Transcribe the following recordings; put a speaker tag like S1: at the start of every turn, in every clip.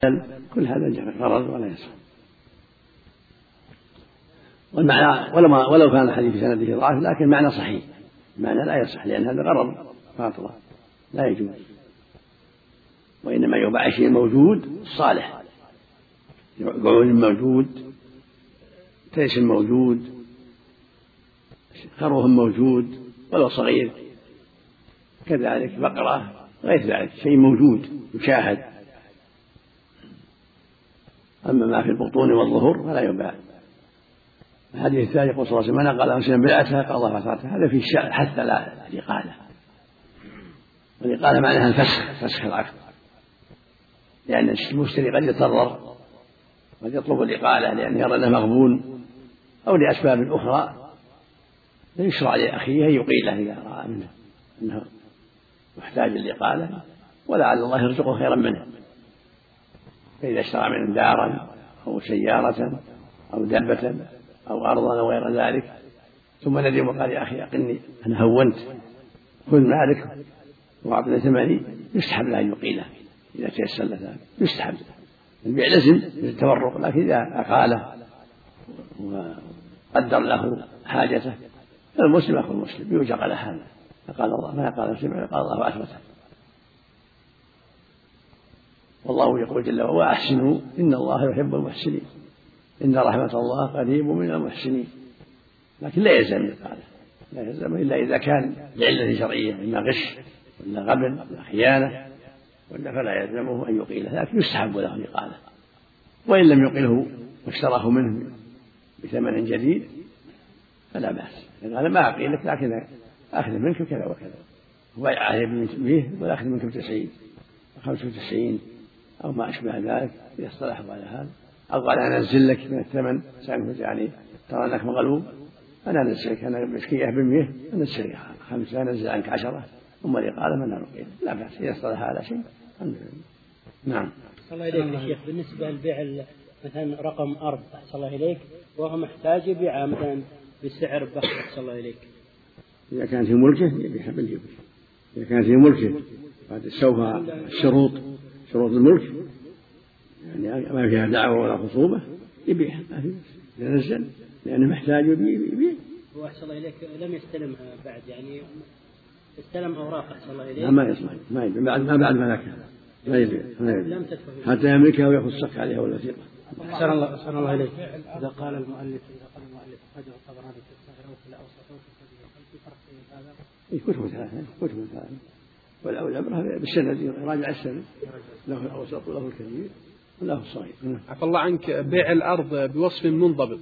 S1: كل هذا غرض ولا يصح. والمعنى ولو كان الحديث في سنده ضعف لكن معنى صحيح، معنى لا يصح لأن هذا غرض باطل لا يجوز، وإنما يباع شيء موجود صالح، قعود موجود، تيس موجود، خروه موجود ولو صغير، كذلك بقرة غير ذلك شيء موجود يشاهد. أما ما في البطون والظهور فلا يباع. الحديث الثاني يقول صلى الله عليه وسلم: قال مسلم بيعتها قال الله فسرتها. هذا فيه حث لا الإقالة، والإقالة معناها الفسخ، فسخ العقد، لأن المشتري قد يتضرر، قد يطلب الإقالة لأن يرى أنه مغبون أو لأسباب أخرى، فيشرع لأخيه يقيله إذا رأى منه أنه محتاج للإقالة ولعل الله يرزقه خيرا منه. فإذا اشترى منه دارا أو سيارة أو دابة أو أرضا أو غير ذلك ثم ندم وقال: يا أخي أقلني أنا هونت، خذ مالك وأعطني ثمني، يستحب له أن يقيله إذا تيسر له ذلك، يستحب. البيع لازم بالتورق، لكن إذا أقاله وقدر له حاجته فالمسلم أخو المسلم يوجب على هذا. فقال الله ما قال مسلم قال الله أثبته. والله يقول جل وعلا: وأحسنوا إن الله يحب المحسنين، إن رحمة الله قريب من المحسنين. لكن لا يلزم الإقالة، لا يلزم إلا إذا كان لعلة شرعية، إما غش ولا غبن ولا خيانة ولا، فلا يلزمه أن يقيله، لكن يستحب له الإقالة. وإن لم يقله واشتراه منه بثمن جديد فلا بأس، قال: ما أقيلك لكن أخذ منك كذا وكذا، وعليه به والأخذ منك ب90 95 أو ما أشبه ذلك إذا اصطلحوا على هذا، أو قال: أنا أنزل لك من الثمن يعني ترى أنك مغلوب، أنا أنزلك، أنا مشكية ب100 أنزل لك 5 أنزل عنك 10 ثم الإقالة من نقيل، لا بأس إذا اصطلح على شيء. نعم.
S2: أحسن الله إليك يا شيخ. بالنسبة للبيع مثلا رقم أرض أحسن الله إليك وهو محتاج يبيعها مثلا بسعر بخس أحسن الله إليك،
S1: إذا كان في ملكه يبيعها باليوم، إذا كان في ملكه بعد سوف شروط الملك يعني ما فيها دعوة ولا خصومة يبيعها، ما في ينزل لأنه محتاج يبيع.
S2: هو أحسن الله إليك لم يستلمها بعد، يعني استلم أوراق أحسن الله إليك
S1: ما يصلح، ما يبيع ما بعد ملكها، ما يبيع حتى يملكها ويأخذ الصك عليها والوثيقة.
S2: أحسن الله إليك. إذا قال المؤلف خرج الطبراني في الصغير أو في الأوسط أو في فرق في هذا
S1: كتب ثلاثة والعبرة بالسند، راجع السند، له الأوسط وله الكبير وله الصغير.
S3: عفى الله عنك، بيع الأرض بوصف منضبط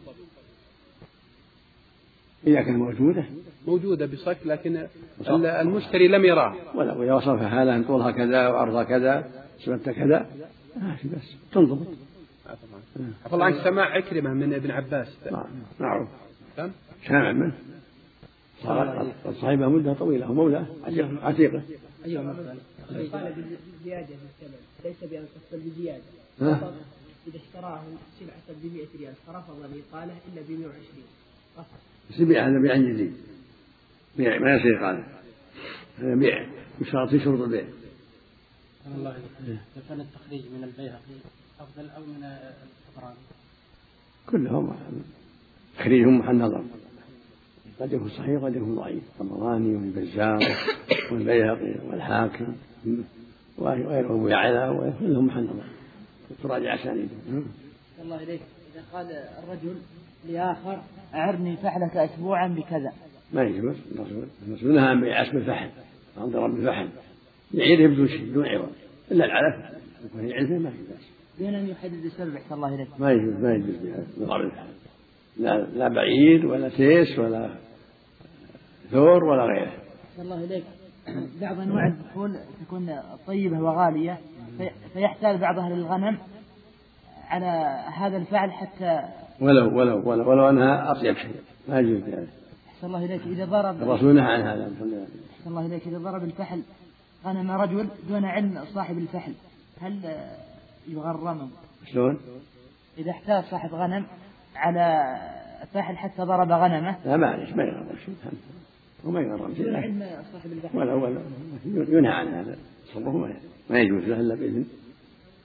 S1: إذا كان موجودة
S3: بصك لكن المشتري لم يراه،
S1: ولا إذا وصفها له أن طولها كذا وعرضها كذا سمتها كذا ماشي بس تنضبط.
S3: عفى الله عنك، سماع عكرمة من ابن عباس
S1: معروف سامع منه صاحبه مدة طويلة ومولاه عتيقة.
S4: قال بزيادة الثمن ليس بأن تحصل بزيادة، إذا اشتراه سلعة ب100 ريال فرفض الإقالة إلا ب120
S1: بس بيع هذا بيع جديد، بيع ما يصير إقالة، هذا بيع يشترط في شروط البيع.
S2: الله إذا كان التخريج من البيهقي أفضل أو من الطبراني؟
S1: كلهم تخريجهم محل نظر، قد يكون صحيح وقد يكون ضعيف، الطبراني والبزار والبيهقي والحاكم وغيرهم يعلى كلهم محل نظر تراجع أسانيدهم.
S5: الله إليك، إذا قال الرجل لآخر: أعرني فحلك أسبوعا بكذا،
S1: ما يجوز، الرسول نهى عن بيع اسم الفحل عن ضرب الفحل، يعيره بدون شيء بدون عوض إلا العلف، يكون يعرفه ما في بأس.
S5: دون أن يحدد السبب أحسن الله إليك.
S1: ما يجوز ضرب الفحل، لا بعير ولا تيس ولا ثور ولا غيره.
S5: أحسن الله إليك. بعض أنواع البخول تكون طيبة وغالية فيحتاج بعضها للغنم على هذا الفعل حتى
S1: ولو أنها أطيب شيء ما يجوز ذلك.
S5: أحسن الله إليك. إذا ضرب
S1: الرسول نهى عن هذا.
S5: أحسن الله إليك. إذا ضرب الفحل غنم رجل دون علم صاحب الفحل هل يغرم؟
S1: شلون؟
S5: إذا احتاج صاحب غنم على فحل حتى ضرب غنمه
S1: لا معلش ما يغرم شيء، وما يغرم شيء،
S5: علم صاحب الفحل
S1: ولا ينهى عن هذا، صبره ما يجوز له إلا بإذن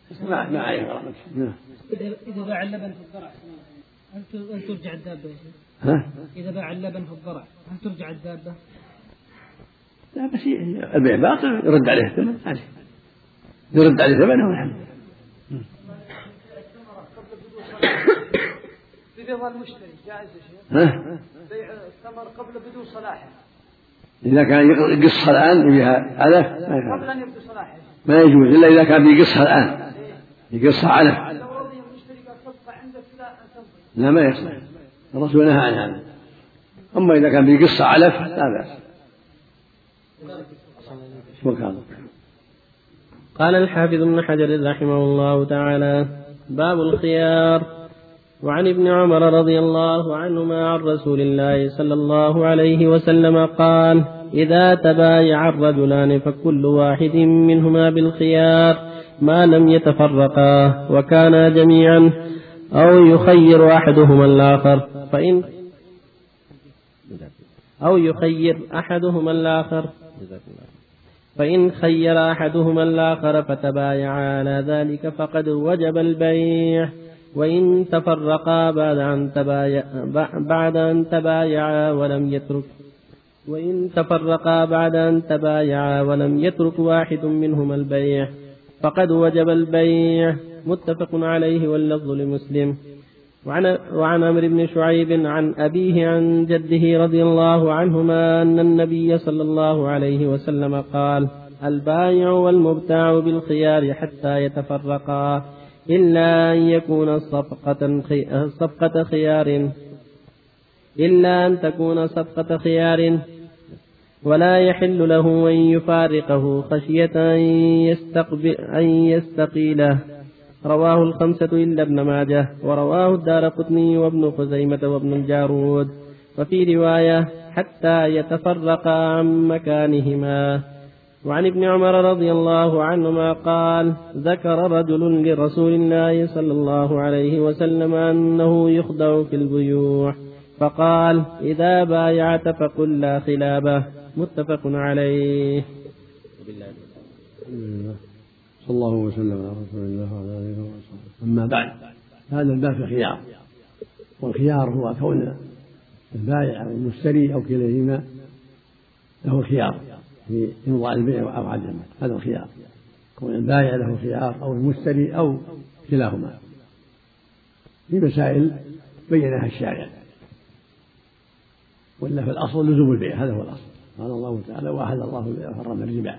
S1: ما عليه غرامة.
S4: إذا باع اللبن في الضرع هل ترجع الدابة يا شيخ؟ إذا باع اللبن في الضرع هل ترجع الدابة؟
S1: لا بس البيع باطل يرد عليه الثمن عادي، يرد عليه ثمنه والحمد.
S2: برضا المشتري جائز يا شيخ؟ بيع الثمر قبل بدو صلاحه.
S1: إذا كان يقصها الآن يبيها علف
S2: قبل أن يبدو صلاحه
S1: ما يجوز إلا إذا كان بيقصها الآن يقصها علف.
S2: لو رضي المشتري قال تبقى عندك
S1: لا ما يصلح، الرسول نهى عن هذا. أما إذا كان بيقصها علف لا بأس.
S6: قال الحافظ ابن حجر رحمه الله تعالى: باب الخيار. وعن ابن عمر رضي الله عنهما عن رسول الله صلى الله عليه وسلم قال: إذا تبايع الرجلان فكل واحد منهما بالخيار ما لم يتفرقا وكانا جميعا أو يخير أحدهما الآخر فإن خير أحدهما الآخر فتبايعا على ذلك فقد وجب البيع. وإن تفرقا بعد أن تبايعا ولم يترك واحد منهما البيع فقد وجب البيع. متفق عليه واللفظ لمسلم. وعن عمرو بن شعيب عن أبيه عن جده رضي الله عنهما أن النبي صلى الله عليه وسلم قال: البائع والمبتاع بالخيار حتى يتفرقا إلا أن يكون صفقة خيار ولا يحل له أن يفارقه خشية أن يستقيله. رواه الخمسة إلا ابن ماجه، ورواه الدارقطني وابن خزيمة وابن الجارود. وفي رواية: حتى يتفرقا عن مكانهما. وعن ابن عمر رضي الله عنهما قال: ذكر رجل لرسول الله صلى الله عليه وسلم أنه يخدع في البيوع فقال: إذا بايعت فقل لا خلابه. متفق عليه.
S1: صلى الله وسلم على رسول الله وعلى آله وصحبه. أما بعد، هذا الباب في الخيار، والخيار هو كون البائع أو المشتري أو كليهما له خيار في إمضاء البيع أو عدمه. هذا الخيار، كون البائع له خيار أو المشتري أو كلاهما في مسائل بينها الشارع، ولا في الأصل لزوم البيع. هذا هو الأصل. قال الله تعالى: وأحل الله البيع وحرم الربا.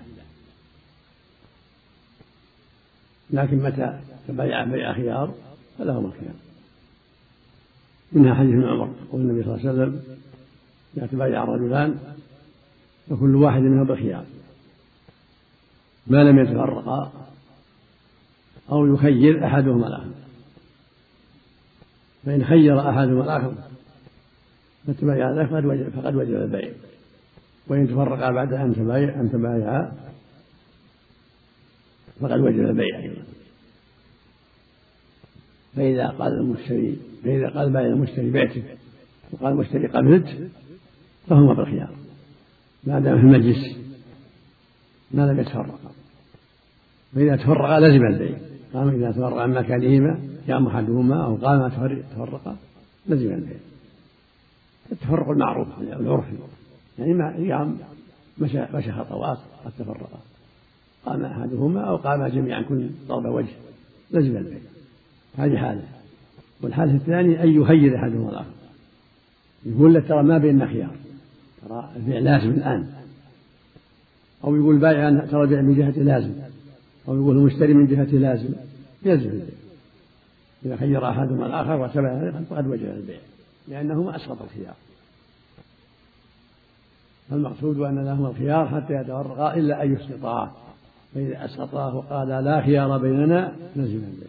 S1: لكن متى تبايع بيع خيار فلهما الخيار. منها حديث ابن عمر قول النبي صلى الله عليه وسلم: إذا تبايع الرجلان فكل واحد منهم بالخيار ما لم يتفرقا أو يخير أحدهما الآخر. فإن خير أحدهما الآخر فتبايع ذلك فقد وجب البيع. وإن تفرقا بعد أن تبايعا فقد وجب البيع. فإذا قال البائع المشتري بعته وقال المشتري قبلت فهما بالخيار ما دام في المجلس ما لم يتفرقا. فإذا تفرقا لزم البيع. قام إذا تفرقا عن مكانهما قام أحدهما أو قام تفرقا لزم البيع. التفرق المعروف العرفي، يعني ما مشى خطوات قد تفرقا، قام أحدهما أو قام جميعا كل ضرب وجه لزم البيع. هذه حالة. والحالة الثانية أن يخير أحدهما الآخر، يقول له ترى ما بيننا خيار، ترى البيع لازم الآن، أو يقول البائع ترى البيع من جهته لازم، أو يقول المشتري من جهته لازم، يلزم البيع. إذا خير أحدهما الآخر وتبع ذلك فقد وجب البيع، لأنهما أسقط الخيار. فالمقصود أن لهما الخيار حتى يتفرقا إلا أن يسقطاه، فإذا أسقطاه وقال لا خيار بيننا لزم البيع.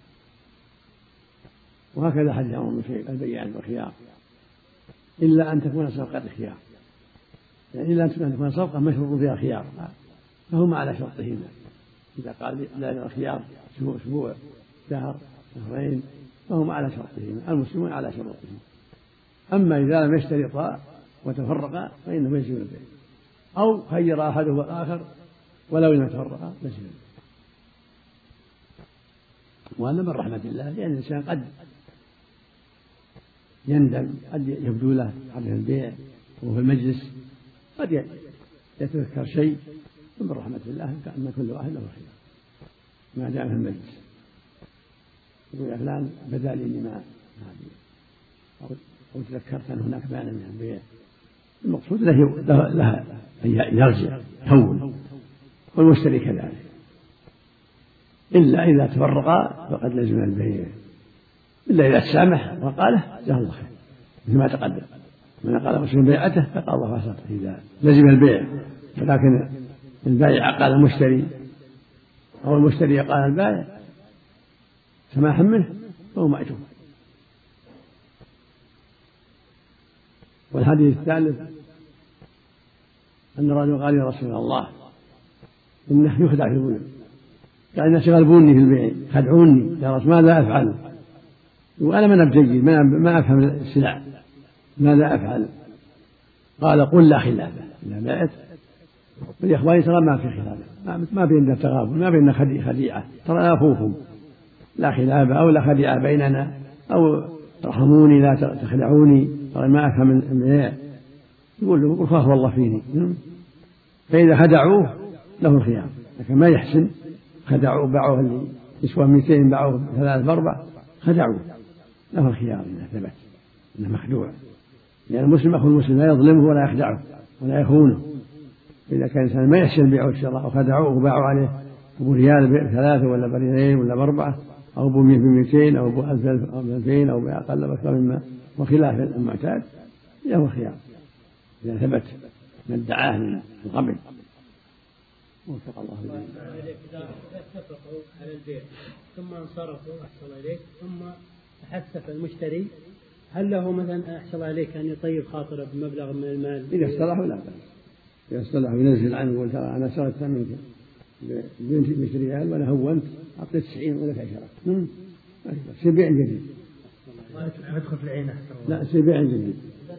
S1: وهكذا حديث عمر بن شعيب: البيع بالخيار إلا أن تكون صفقة خيار، يعني إلا أن تكون صفقة مشروط فيها خيار فهما على شرطهما. إذا قال لا الخيار أسبوع شهر شهرين فهما على شرطهما، المسلمون على شروطهم. أما إذا لم يشترطا وتفرقا فإنه يلزم البيع، أو خير أحدهما الآخر ولو لم يتفرقا لزم البيع. وهذا من رحمة الله، لأن الإنسان قد يندم، قد يبدو له على البيع وهو في المجلس، قد يتذكر شيء، ومن رحمة الله أن كل واحد له خيار ما دام في المجلس. يقول يا فلان بدا لي ما أو تذكرت أن هناك مانع من البيع، المقصود لها أن يرجع يهون، والمشتري كذلك، إلا إذا تفرقا فقد لزم البيع، إلا إذا تسامح وقاله جزاه الله خير، مثل ما تقدم من قال مسلم بيعته فقال الله فسط إذا لزم البيع. ولكن البائع قال المشتري أو المشتري قال البائع سماحا منه فهو مأجور. والحديث الثالث أن الرجل قال يا رسول الله إنه يخدع في البيع، قال الناس يغلبوني في البيع خدعوني يا رسول ماذا أفعل؟ وأنا من أبتجي ما أفهم السلع ماذا أفعل؟ قال قل لا خلافه إذا بعت والإخوان ترى ما في خلافه، ما بيننا تغابن، ما بيننا خديعة، ترى أخوكم لا خلافه أو لا خديعة بيننا، أو ترحموني لا تخدعوني ترى ما أفهم البيع. يقول له قل خاف الله فيني. فإذا خدعوه له الخيار، لكن ما يحسن خدعوه باعوه اللي يسوى 200 باعوه 3 4 خدعوه، له الخيار إذا ثبت إنه مخدوع، لأن المسلم أخو المسلم لا يظلمه ولا يخدعه ولا يخونه. إذا كان الإنسان ما يحسن البيع والشراء وخدعوه وباعوا عليه أبو ريال ب3 ولا ب2 ولا ب4 أو ب200 أو ب1000 أو ب2000 أو بأقل أكثر مما وخلاف المعتاد، له الخيار إذا ثبت ما ادعاه من القبل. وفق الله
S2: إذا اتفقوا على البيع ثم انصرفوا أحسن الله إليك ثم تحسف المشتري، هل له مثلا أحسن الله إليك أن يطيب خاطره بمبلغ من المال؟
S1: إذا اصطلحوا لا بأس، إذا اصطلحوا ينزل عنه وقال ترى أنا سرقت منك ب20 ريال وأنا هونت أعطيت 90 ولك 10، يصير بيع جديد.
S2: ما يدخل في العين أحسن الله.
S1: لا يصير بيع جديد.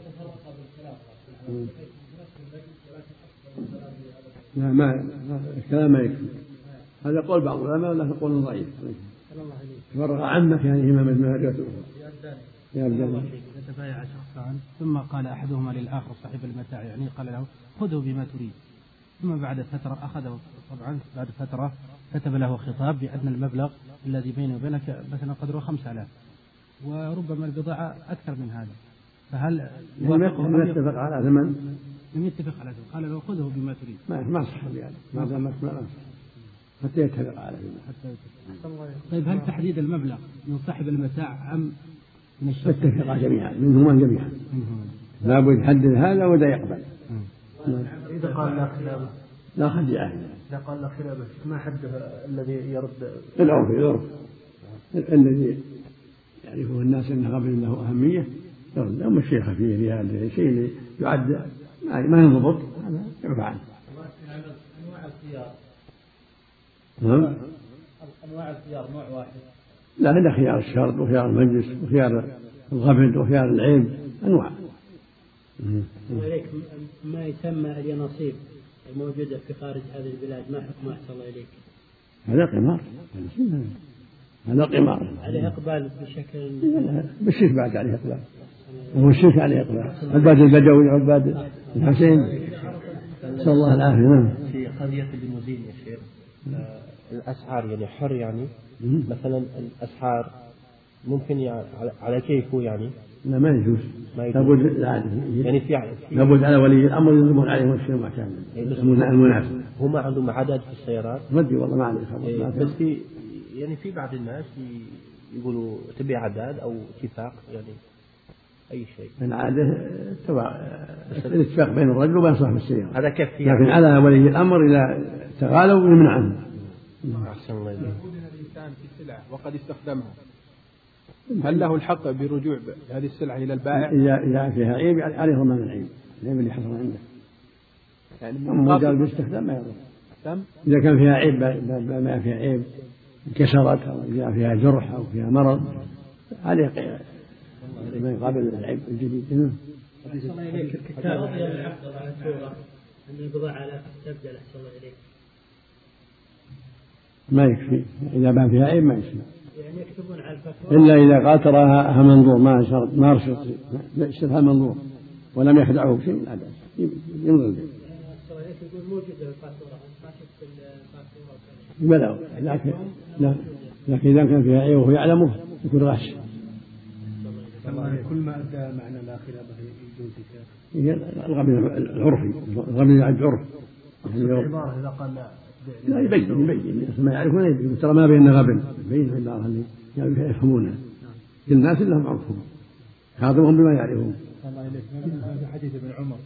S1: لا ما الكلام ما يكفي، هذا قول بعض العلماء ولا قول ضعيف. فرغ عمك يعني إمام المهاجرة الأخرى. يا أبدا
S2: يتبايع شخصان ثم قال أحدهما للآخر صاحب المتاع يعني قال له خذه بما تريد، ثم بعد فترة أخذه، طبعا بعد فترة كتب له خطاب بأن المبلغ الذي بيني وبينك مثلا قدره 5000 وربما البضاعة أكثر من هذا، فهل
S1: لم يتفق على ثمن؟
S2: لم يتفق على ثمن، قال له خذه بما تريد.
S1: ما صح يعني ما دام حتى يتفق على ثمن.
S2: طيب هل تحديد المبلغ من صاحب المتاع أم من الشخص؟
S1: اتفقا جميعا منهما جميعا، لا بد يحدد هذا وذا يقبل.
S2: إذا قال لا خلافه
S1: لا خديعة،
S2: إذا قال لا خلافه ما حده الذي يرد؟
S1: العرف الذي يعرفه الناس أنه قبل له أهمية يرد، أما الشيء خفيف ريال شيء يعد ما ينضبط هذا يعفى عنه.
S2: أنواع الخيار نوع واحد؟
S1: لا هذا خيار الشرط وخيار المجلس وخيار الغبن وخيار العيب أنواع.
S2: وإليك ما يسمى اليانصيب الموجودة في خارج هذه البلاد ما حكم أحسن الله إليك؟
S1: هذا قمار، هذا قمار
S2: عليه إقبال بشكل
S1: بالشرك بعد عليه إقبال، وهو الشرك عليه إقبال، عباد البدوي وعباد الحسين نسأل الله العافية.
S7: في قضية الليموزين يا شيخ الأسعار يعني حر يعني مثلا الأسعار ممكن على كيفه يعني
S1: لا ما يجوز، لابد
S7: يعني
S1: لابد على ولي الأمر يلزمون عليه الشيء معتاد المناسب.
S7: هم عندهم عدد في السيارات؟
S1: ودي والله ما عندي خبر.
S7: بس في بعض الناس يقولوا تبي عداد أو اتفاق يعني أي شيء.
S1: العادة الاتفاق بين الرجل وبين صاحب السيارة
S7: هذا كفي
S1: يعني. لكن على ولي الأمر إذا تغالوا يمنع عنه.
S3: أحسن الله إليك. الإنسان في سلعة وقد استخدمها، هل له الحق برجوع هذه السلعة إلى البائع؟
S1: إذا فيها عيب عليه ضمان العيب اللي حصل عنده.
S3: يعني
S1: مجرد باستخدام ما يضر. إذا كان فيها عيب ما فيها عيب انكسرت أو جاء فيها جرح أو فيها مرض عليه من قبل العيب الجديد.
S2: أحسن الله إليك الكتاب الأفضل على سورة أن البضاعة لا تستبدل. أحسن الله إليك
S1: ما يكفي إذا ما فيها عيب ما يكفي.
S4: يعني يكتبون على الفتوى
S1: إلا إذا قال تراها منظور ما رشط يشترها منظور ولم يخدعه شيء لا بأس يمضي
S4: يقول موجودة الفاتورة
S1: بلى لكن إذا كان فيها عيب وهو يعلمه يكون غش.
S2: كل ما أدى معنى لا خلاف يجوز
S1: الغبن العرفي الغبن يعد عرف
S2: العبارة إذا قال
S1: لا يبين ما يعرفون يبين ترى ما بين غبن يبين في العبارة اللي يفهمونها كل الناس لهم عرفهم خاطبهم بما يعرفون.
S2: هذا حديث ابن عمر.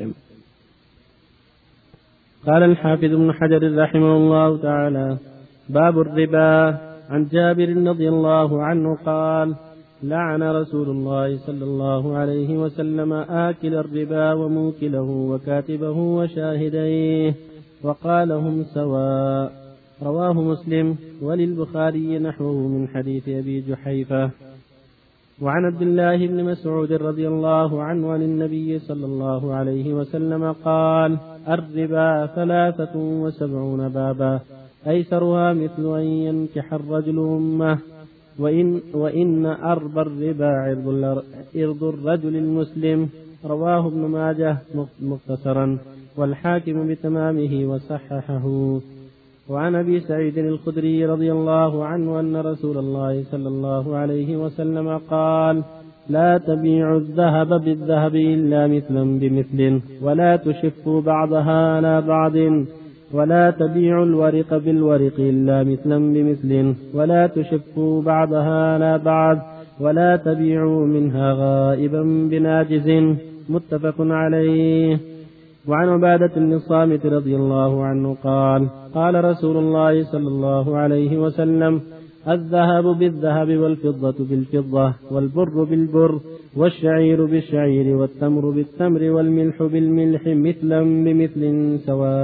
S6: قال الحافظ ابن حجر رحمه الله تعالى: باب الربا. عن جابر رضي الله عنه قال: لعن رسول الله صلى الله عليه وسلم آكل الربا وموكله وكاتبه وشاهديه وقال هم سواء. رواه مسلم وللبخاري نحوه من حديث أبي جحيفة. وعن عبد الله بن مسعود رضي الله عنه عن النبي صلى الله عليه وسلم قال: الربا 73 بابا أيسرها مثل أن ينكح الرجل أمه وإن أربى الربا عرض الرجل المسلم. رواه ابن ماجه مختصرا والحاكم بتمامه وصححه. وعن أبي سعيد الخدري رضي الله عنه أن رسول الله صلى الله عليه وسلم قال: لا تبيعوا الذهب بالذهب إلا مثلا بمثل ولا تشفوا بعضها على بعض ولا تبيعوا الورق بالورق إلا مثلا بمثل ولا تشفوا بعضها على بعض ولا تبيعوا منها غائبا بناجز. متفق عليه. وعن عبادة بن الصامت رضي الله عنه قال: قال رسول الله صلى الله عليه وسلم: الذهب بالذهب والفضة بالفضة والبر بالبر والشعير بالشعير والتمر بالتمر والملح بالملح مثلا بمثل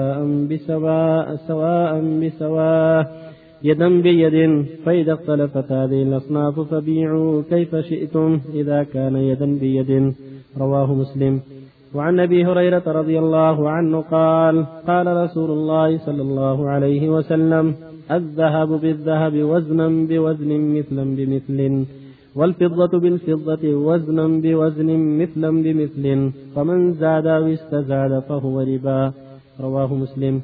S6: سواء بسواء يدا بيد. فإذا اختلفت هذه الأصناف فبيعوا كيف شئتم إذا كان يدا بيد. رواه مسلم. وعن أبي هريرة رضي الله عنه قال: قال رسول الله صلى الله عليه وسلم: الذهب بالذهب وزنا بوزن مثلا بمثل والفضة بالفضة وزنا بوزن مثلا بمثل فمن زاد أو استزاد فهو ربا. رواه مسلم.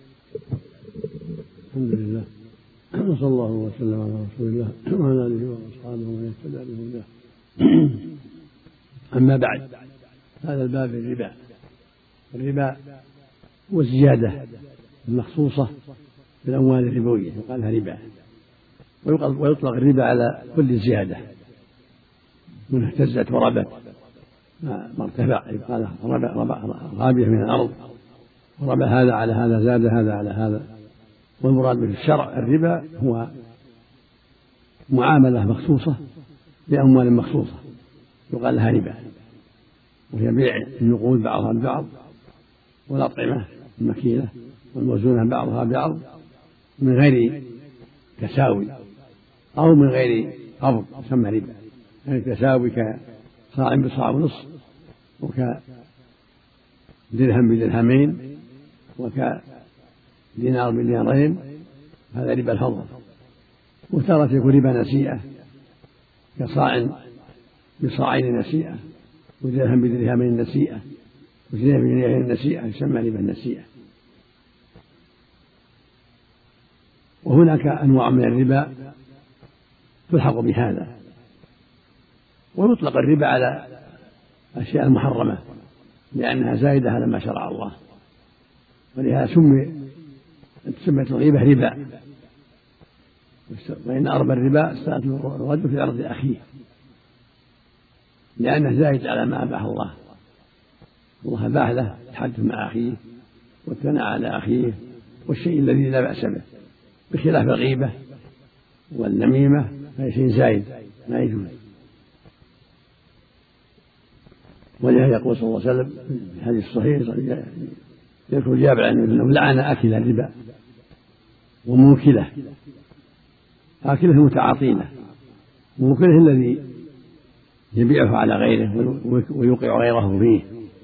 S1: الحمد لله وصلى الله وسلم على رسول الله وعلى آله وأصحابه ومن اهتدى بهداه. أما بعد، هذا الباب الربا والزيادة المخصوصة بالأموال الربوية يقال لها ربا، ويطلق الربا على كل زيادة من اهتزت وربت ما ارتفع يقال رابية من الأرض وربى هذا على هذا زاد هذا على هذا. والمراد في الشرع الربا هو معاملة مخصوصة بأموال مخصوصة يقال لها ربا، وهي بيع النقود بعضها ببعض والأطعمة المكيلة والموزونة بعضها بعض من غير تساوي أو من غير قبض يسمى ربا. يعني تساوي كصاع بصاع ونصف وكدرهم بدرهمين وكدينار بدينارين، هذا ربا الفضل. وتارة يكون ربا نسيئة كصاع بصاعين نسيئة ودرهم بدرهمين نسيئة وجنيه بجنيهين نسيئة يسمى ربا النسيئة. وهناك أنواع من الربا تلحق بهذا، ويطلق الربا على الأشياء المحرمة لأنها زائدة على ما شرع الله، ولهذا سميت الغيبة ربا. وإن أربى الربا استأثر الرجل في عرض أخيه لأنه زائد على ما أباح الله. الله أباح له التحدث مع أخيه والثناء على أخيه والشيء الذي لا بأس به، بخلاف الغيبة والنميمة فهي شيء زايد ما يجوز. ولهذا يقول صلى الله عليه وسلم في الحديث الصحيح يذكر جابر عنه أنه لعن آكل الربا وموكله. آكله المتعاطينه، موكله الذي يبيعه على غيره ويوقع غيره فيه،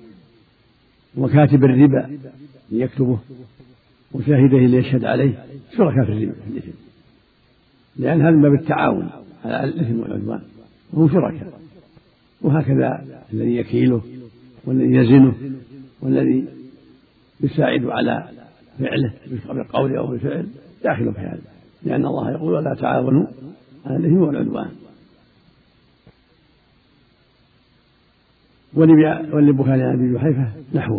S1: وكاتب الربا ليكتبه وشاهده ليشهد عليه شركاء في الربا. لأن هذا باب التعاون على الإثم والعدوان، وهم شركاء. وهكذا الذي يكيله والذي يزنه والذي يساعد على فعله بالقول أو بالفعل داخل في هذا، لأن الله يقول ولا تعاونوا على الإثم والعدوان. وللبخاري عن أبي جحيفة نحوه،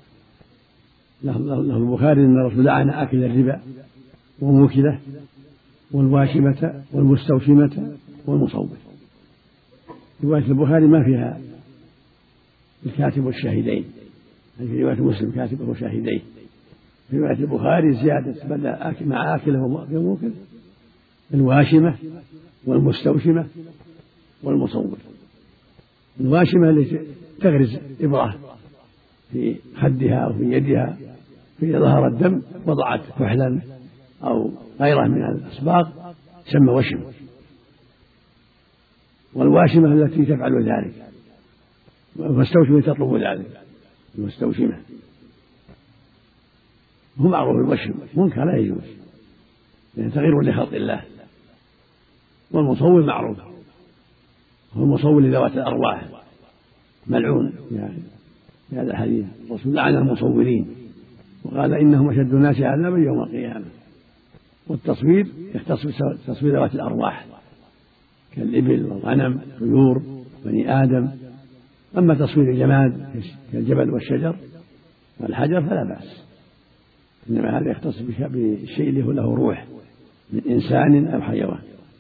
S1: له البخاري أن الرسول لعن آكل الربا وموكله والواشمة والمستوشمة والمصوت. رواية البخاري ما فيها الكاتب والشاهدين، في رواية مسلم كاتب وشاهدين. في رواية البخاري زيادة بدأ مع آكله وموكله الواشمة والمستوشمة والمصوت. الواشمة التي تغرز إبرة في خدها أو في يدها، فإذا ظهر الدم وضعت كحلا أو غيره من الأصباغ سمى وشم. والواشمة التي تفعل ذلك، والمستوشمة تطلب ذلك. المستوشمة هو معروف الوشم منكر لا يجوز لأن تغير لخلق الله. والمصور معروف هو المصور لذوات الأرواح ملعون يعني في هذا الحديث. الرسول لعن المصورين وقال إنهم أشد الناس عذابا يوم القيامة. والتصوير يختص بتصوير ذوات الأرواح كالإبل والغنم والطيور بني آدم. أما تصوير الجماد كالجبل والشجر والحجر فلا بأس، إنما هذا يختص بالشيء اللي هو له روح من إنسان أو حيوان.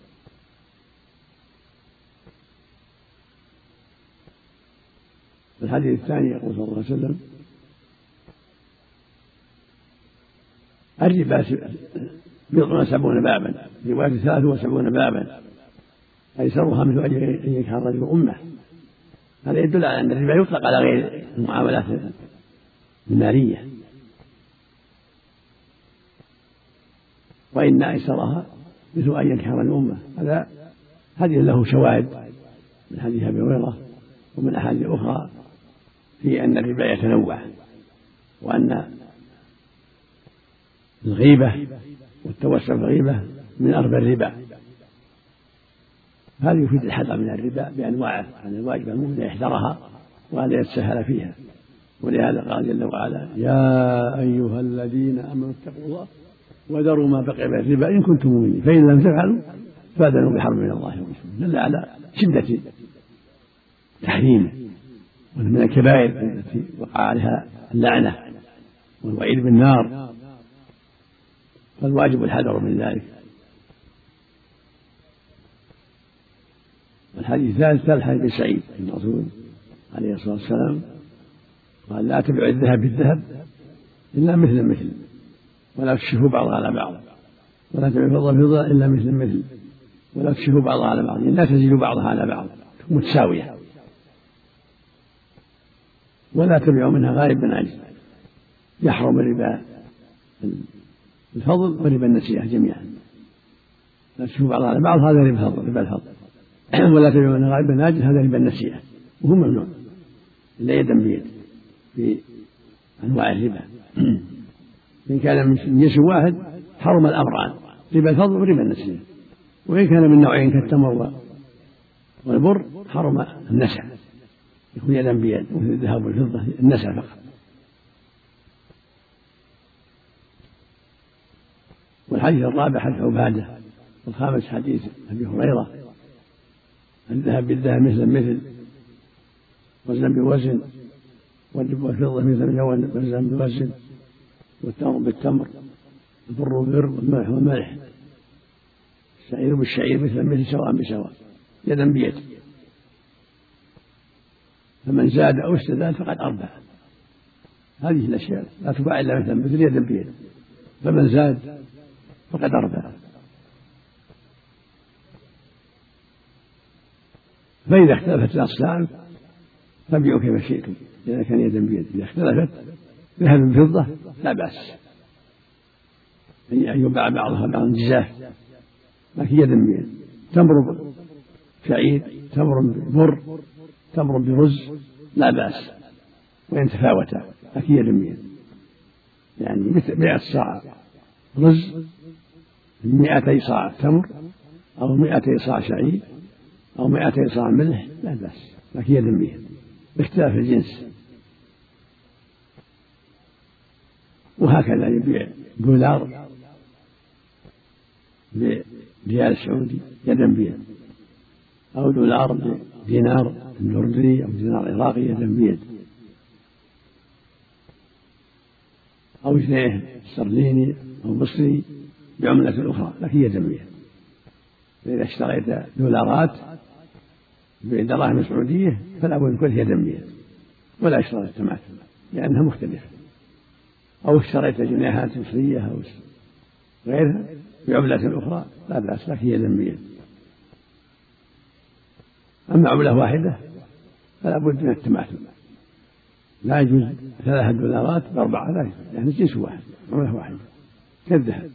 S1: الحديث الثاني يقول صلى الله عليه وسلم الربا 70 بابا، رواية 73 بابا، أيسرها مثل أن ينكح الرجل أمه. هذا يدل على أن الربا يطلق على غير المعاملات المالية، وإن أيسرها مثل أن ينكح الرجل أمه. هذا حديث له شواهد من حديث أبي هريرة ومن أحاديث أخرى في أن الربا يتنوع، وأن الغيبة والتوسع في الغيبة من أربى الربا. هذا يفيد الحذر من الربا بأنواعه، عن الواجب المؤمن يحذرها وهذا يتسهل فيها. ولهذا قال جل وعلا يا أيها الذين آمنوا اتقوا الله وذروا ما بقي من الربا إن كنتم مؤمنين فإن لم تفعلوا فأذنوا بحرب من الله ورسوله. دل على شدة تحريمه ومن الكبائر التي وقع عليها اللعنة والوعيد بالنار، فالواجب الحذر من ذلك. الحديث الثالث حديث ابن سعيد الرسول عليه الصلاة والسلام قال لا تبيعوا الذهب بالذهب إلا مثل مثل ولا تكشفوا بعضها على بعض، ولا تبيعوا الفضة بالفضة إلا مثل مثل ولا تكشفوا بعضها على بعض، لا تزيدوا بعضها على بعض متساوية. ولا تبيعوا منها غائب من عجز. يحرم ربا الفضل وربا النسيئة جميعا. لا تكشفوا بعضها على بعض هذا ربا الفضل ولا تبيعوا منها غائب من عجز هذا ربا النسيئة، وهو ممنوع إلا يدا بيد في أنواع الربا. إن كان من جنس واحد حرم الأمران ربا الفضل وربا النسيئة، وإن كان من نوعين كالتمر والبر حرم النسع يكون يدا بيد مثل الذهب والفضة النسع فقط. والحديث الرابع حديث عبادة، والخامس حديث أبي هريرة الذهب بالذهب مثل مثل وزن بوزن والفضة مثل وزن بوزن والتمر بالتمر البر بالبر والملح والملح الشعير بالشعير مثل مثل سواء بسواء يدا بيد. فمن زاد أو استزاد فقد أربى. هذه الأشياء لا تباع إلا مثل مثل يدا بيد، فمن زاد فقد أربى. فإذا اختلفت الأصناف فبيعوا كيف شئتم إذا كان يدا بيد. إذا اختلفت ذهب بفضة لا بأس أن يباع بعضها بعض جزاف، لكن يدا بيد. تمر شعير تمر ببر تمر برز لا بأس وإن تفاوتا، لكن يدا بيد. يعني 100 صاع رز 200 صاع تمر أو 200 صاع شعير أو 200 صاع ملح لا بأس، لكن يدا بيد باختلاف الجنس. وهكذا يبيع دولار بريال سعودي يدا بيد، أو دولار بدينار أردني أو دينار عراقي يدا بيد، أو جنيه استرليني أو مصري بعملة أخرى لكن يدا بيد. فإذا اشتريت دولارات بدراهم سعودية فلا بد يكون يدا بيد، ولا اشتريت تماثل لأنها مختلفة، أو اشتريت جنيهات مصرية أو غيرها بعملة أخرى لا بأس لكن يدا بيد. أما عملة واحدة فلا بد من التماثل، لا يجوز 3 دولارات ب4 لا يجوز، يعني جنس واحد عملة واحدة كالذهب.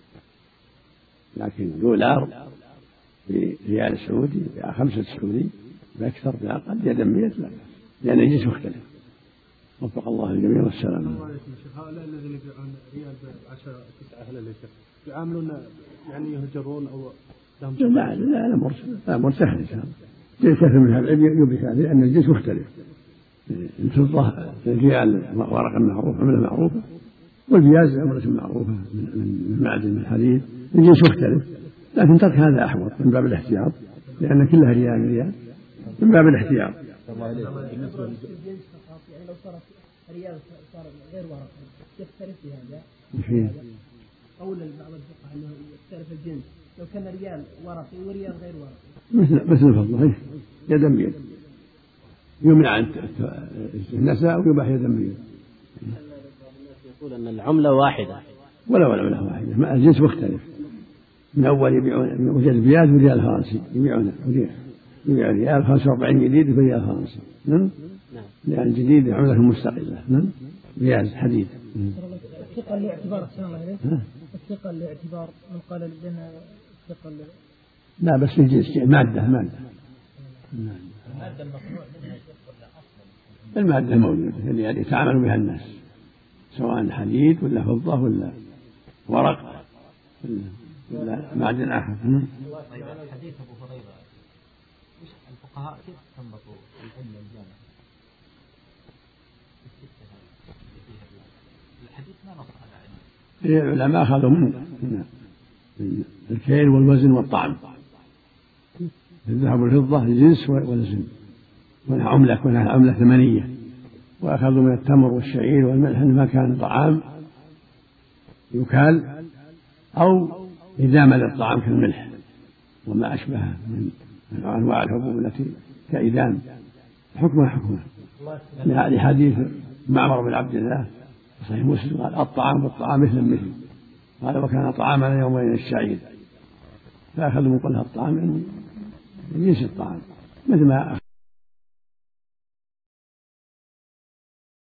S1: لكن دولار بريال سعودي ب5 سعودي بأكثر بأقل يدا بيد لا بأس، لأن الجنس مختلف. وفق الله الجميع والسلام.
S3: هؤلاء الذين يبيعون ريال ب10 9 هلل يعاملون يعني يهجرون أو لهم؟
S1: لا مرسل إن شاء الله. كثير من هذا يبرك هذه لأن الجنس مختلف. الفضة الريال ورقة معروفة عملة معروفة، والبياز عملة معروفة من معدن من حديد، الجنس مختلف، لكن ترك هذا أحوط من باب الاحتياط لأن كلها ريال من باب الاحتياط.
S4: بالنسبة للجنس فقط يعني لو صارت ريال صار غير ورقي يختلف بهذا قول بعض الفقهاء أنه يختلف الجنس لو كان ريال ورقي وريال غير ورقي
S1: مثل الفضة يدا بيد يمنع عن النساء ويباح يدا بيد.
S6: يقول أن العملة واحدة
S1: ولا عملة واحدة، الجنس مختلف. من أول يبيعون وجد البياز وريال فرنسي يبيعون يبيع ريال 45 جديد بريال فرنسي لأن الجديد عملة مستقلة ريال حديد.
S4: الثقة لاعتبار الثقة لاعتبار من قال لنا الثقة
S1: لا بس في الجنس مادة المادة موجودة اللي يتعامل بها الناس سواء حديد ولا فضة ولا ورق ولا معدن آخر.
S8: حديث أبو هريرة الفقهاء كيف استنبطوا العلة الجامعة؟ الحديث ما نص على علة.
S1: العلماء أخذوا من الكيل والوزن والطعم، الذهب والفضة الجنس والزن عملة ثمنية، وأخذوا من التمر والشعير والملح ما كان طعام يكال أو إدامة للطعام كالملح وما أشبهه من أنواع الحبوب التي كإدام حكمها لحديث معمر بن عبد الله صحيح مسلم قال الطعام بالطعام مثل قال وكان طعامنا يومين الشعير، فأخذوا من قولها الطعام من جنس الطعام مثل ما